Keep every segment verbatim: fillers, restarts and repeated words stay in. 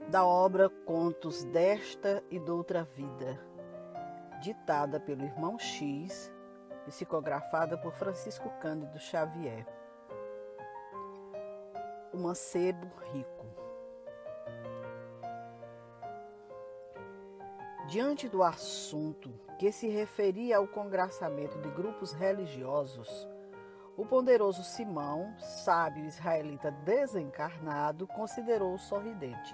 da obra Contos desta e doutra vida, ditada pelo irmão X, psicografada por Francisco Cândido Xavier. O mancebo rico. Diante do assunto que se referia ao congraçamento de grupos religiosos, o ponderoso Simão, sábio israelita desencarnado, considerou sorridente.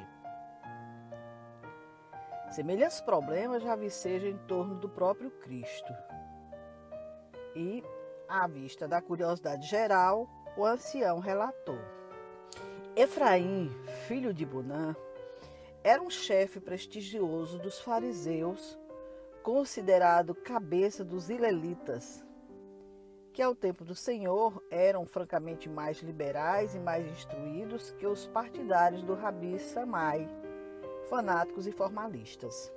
Semelhantes problemas já vicejam em torno do próprio Cristo. E, à vista da curiosidade geral, o ancião relatou. Efraim, filho de Bunã, era um chefe prestigioso dos fariseus, considerado cabeça dos ilelitas, que ao tempo do Senhor eram francamente mais liberais e mais instruídos que os partidários do Rabi Samai, fanáticos e formalistas.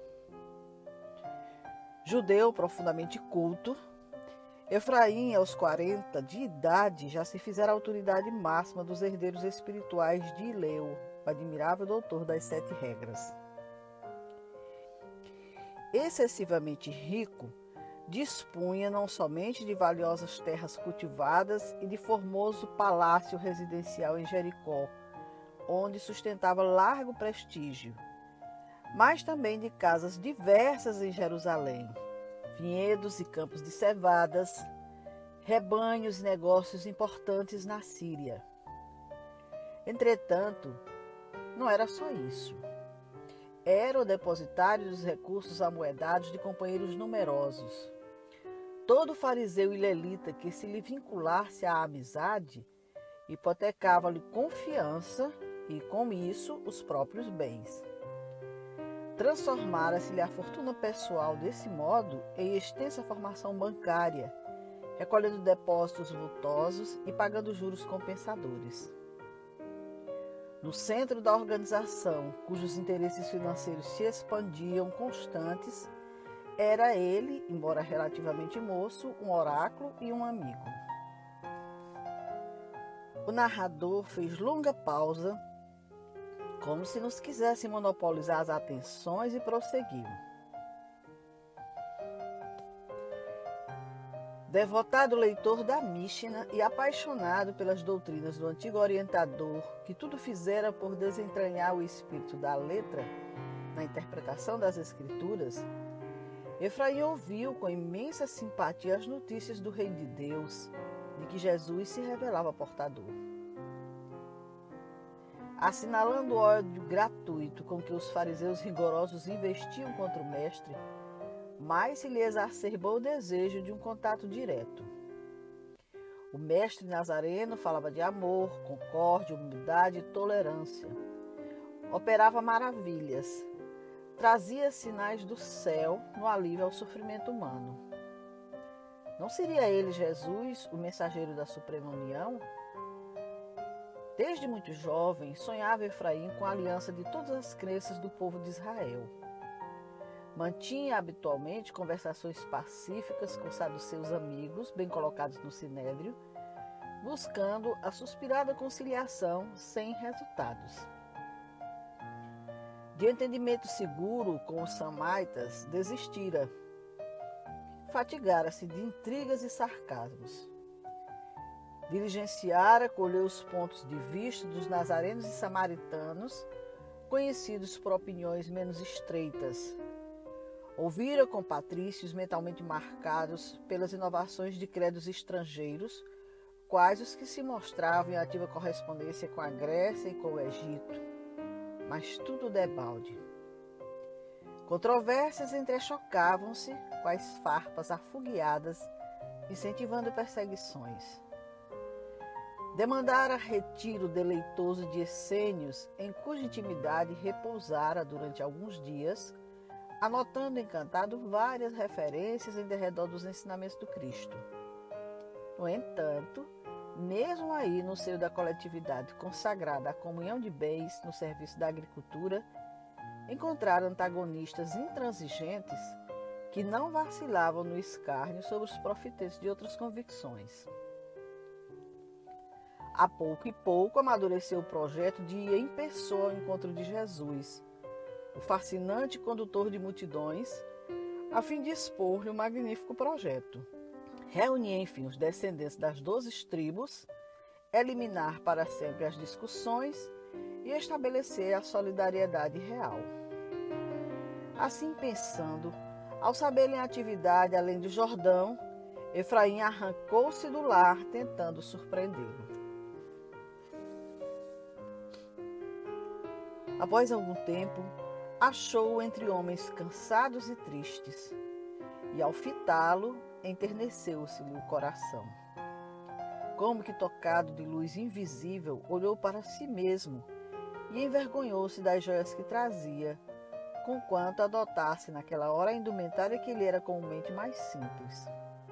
Judeu profundamente culto, Efraim, aos quarenta de idade, já se fizera a autoridade máxima dos herdeiros espirituais de Hileu, o admirável doutor das sete regras. Excessivamente rico, dispunha não somente de valiosas terras cultivadas e de formoso palácio residencial em Jericó, onde sustentava largo prestígio, mas também de casas diversas em Jerusalém, vinhedos e campos de cevadas, rebanhos e negócios importantes na Síria. Entretanto, não era só isso. Era o depositário dos recursos amoedados de companheiros numerosos. Todo fariseu ilelita que se lhe vinculasse à amizade hipotecava-lhe confiança e, com isso, os próprios bens. Transformara-se-lhe a fortuna pessoal desse modo em extensa formação bancária, recolhendo depósitos vultosos e pagando juros compensadores. No centro da organização, cujos interesses financeiros se expandiam constantes, era ele, embora relativamente moço, um oráculo e um amigo. O narrador fez longa pausa, como se nos quisesse monopolizar as atenções, e prosseguiu. Devotado leitor da Mishna e apaixonado pelas doutrinas do antigo orientador, que tudo fizera por desentranhar o espírito da letra na interpretação das Escrituras, Efraim ouviu com imensa simpatia as notícias do Reino de Deus, de que Jesus se revelava portador. Assinalando o ódio gratuito com que os fariseus rigorosos investiam contra o mestre, mais se lhe exacerbou o desejo de um contato direto. O mestre nazareno falava de amor, concórdia, humildade e tolerância. Operava maravilhas. Trazia sinais do céu no alívio ao sofrimento humano. Não seria ele, Jesus, o mensageiro da Suprema União? Desde muito jovem, sonhava Efraim com a aliança de todas as crenças do povo de Israel. Mantinha habitualmente conversações pacíficas com saduceus amigos, bem colocados no sinédrio, buscando a suspirada conciliação sem resultados. De entendimento seguro com os samaitas, desistira. Fatigara-se de intrigas e sarcasmos. Diligenciara colheu os pontos de vista dos nazarenos e samaritanos, conhecidos por opiniões menos estreitas. Ouvira com patrícios mentalmente marcados pelas inovações de credos estrangeiros, quais os que se mostravam em ativa correspondência com a Grécia e com o Egito. Mas tudo debalde. Controvérsias entrechocavam-se, quais farpas afogueadas, incentivando perseguições. Demandara retiro deleitoso de essênios, em cuja intimidade repousara durante alguns dias, anotando encantado várias referências em derredor dos ensinamentos do Cristo. No entanto, mesmo aí no seio da coletividade consagrada à comunhão de bens no serviço da agricultura, encontraram antagonistas intransigentes que não vacilavam no escárnio sobre os profetas de outras convicções. A pouco e pouco amadureceu o projeto de ir em pessoa ao encontro de Jesus, o fascinante condutor de multidões, a fim de expor-lhe um magnífico projeto. Reunir, enfim, os descendentes das doze tribos, eliminar para sempre as discussões e estabelecer a solidariedade real. Assim pensando, ao saberem a atividade além do Jordão, Efraim arrancou-se do lar tentando surpreendê-lo. Após algum tempo, achou-o entre homens cansados e tristes, e ao fitá-lo, enterneceu-se-lhe o coração. Como que tocado de luz invisível, olhou para si mesmo e envergonhou-se das joias que trazia, conquanto adotasse naquela hora a indumentária que lhe era comumente mais simples.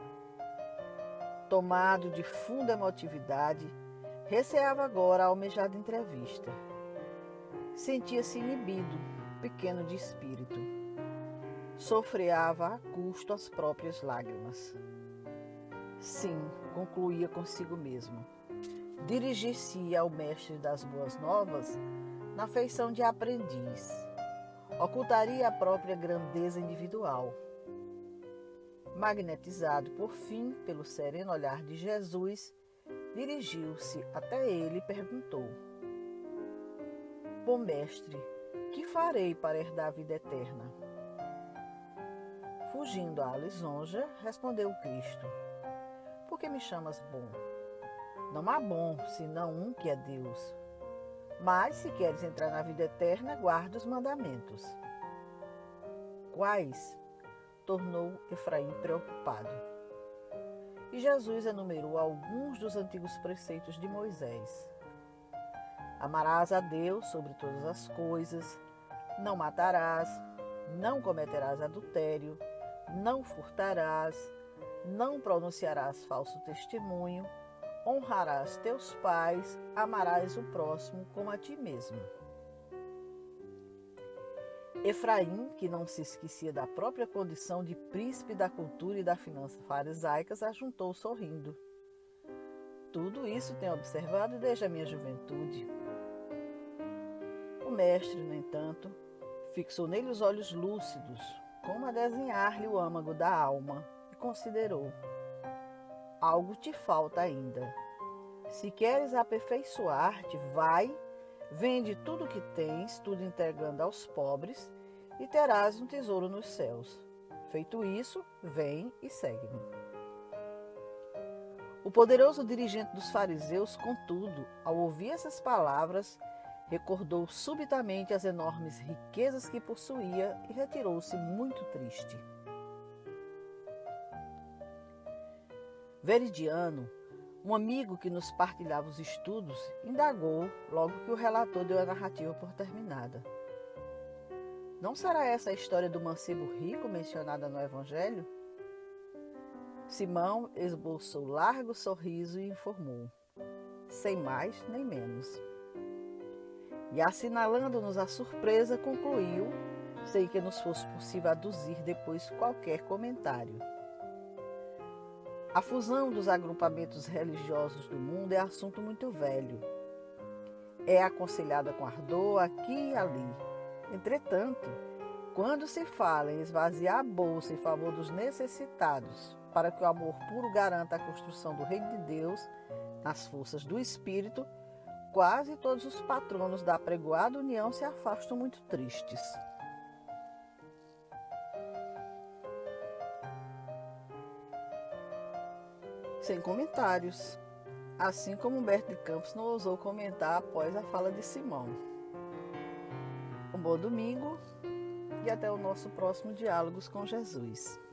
Tomado de funda emotividade, receava agora a almejada entrevista. Sentia-se inibido, pequeno de espírito. Sofreava a custo as próprias lágrimas. Sim, concluía consigo mesmo. Dirigir-se ao mestre das boas novas na feição de aprendiz. Ocultaria a própria grandeza individual. Magnetizado, por fim, pelo sereno olhar de Jesus, dirigiu-se até ele e perguntou: Bom mestre, que farei para herdar a vida eterna? Fugindo à lisonja, respondeu Cristo: Por que me chamas bom? Não há bom, senão um que é Deus. Mas, se queres entrar na vida eterna, guarda os mandamentos. Quais? Tornou Efraim preocupado. E Jesus enumerou alguns dos antigos preceitos de Moisés. Amarás a Deus sobre todas as coisas, não matarás, não cometerás adultério, não furtarás, não pronunciarás falso testemunho, honrarás teus pais, amarás o próximo como a ti mesmo. Efraim, que não se esquecia da própria condição de príncipe da cultura e da finança farisaicas, ajuntou sorrindo. Tudo isso tenho observado desde a minha juventude. O mestre, no entanto, fixou nele os olhos lúcidos, como a desenhar-lhe o âmago da alma, e considerou: algo te falta ainda. Se queres aperfeiçoar-te, vai, vende tudo o que tens, tudo entregando aos pobres, e terás um tesouro nos céus. Feito isso, vem e segue-me. O poderoso dirigente dos fariseus, contudo, ao ouvir essas palavras, recordou subitamente as enormes riquezas que possuía e retirou-se muito triste. Veridiano, um amigo que nos partilhava os estudos, indagou logo que o relator deu a narrativa por terminada. Não será essa a história do mancebo rico mencionada no Evangelho? Simão esboçou largo sorriso e informou: sem mais nem menos. E assinalando-nos a surpresa, concluiu, sem que nos fosse possível aduzir depois qualquer comentário: a fusão dos agrupamentos religiosos do mundo é assunto muito velho. É aconselhada com ardor aqui e ali. Entretanto, quando se fala em esvaziar a bolsa em favor dos necessitados, para que o amor puro garanta a construção do reino de Deus nas forças do Espírito, quase todos os patronos da apregoada união se afastam muito tristes. Sem comentários, assim como Humberto de Campos não ousou comentar após a fala de Simão. Um bom domingo e até o nosso próximo Diálogos com Jesus.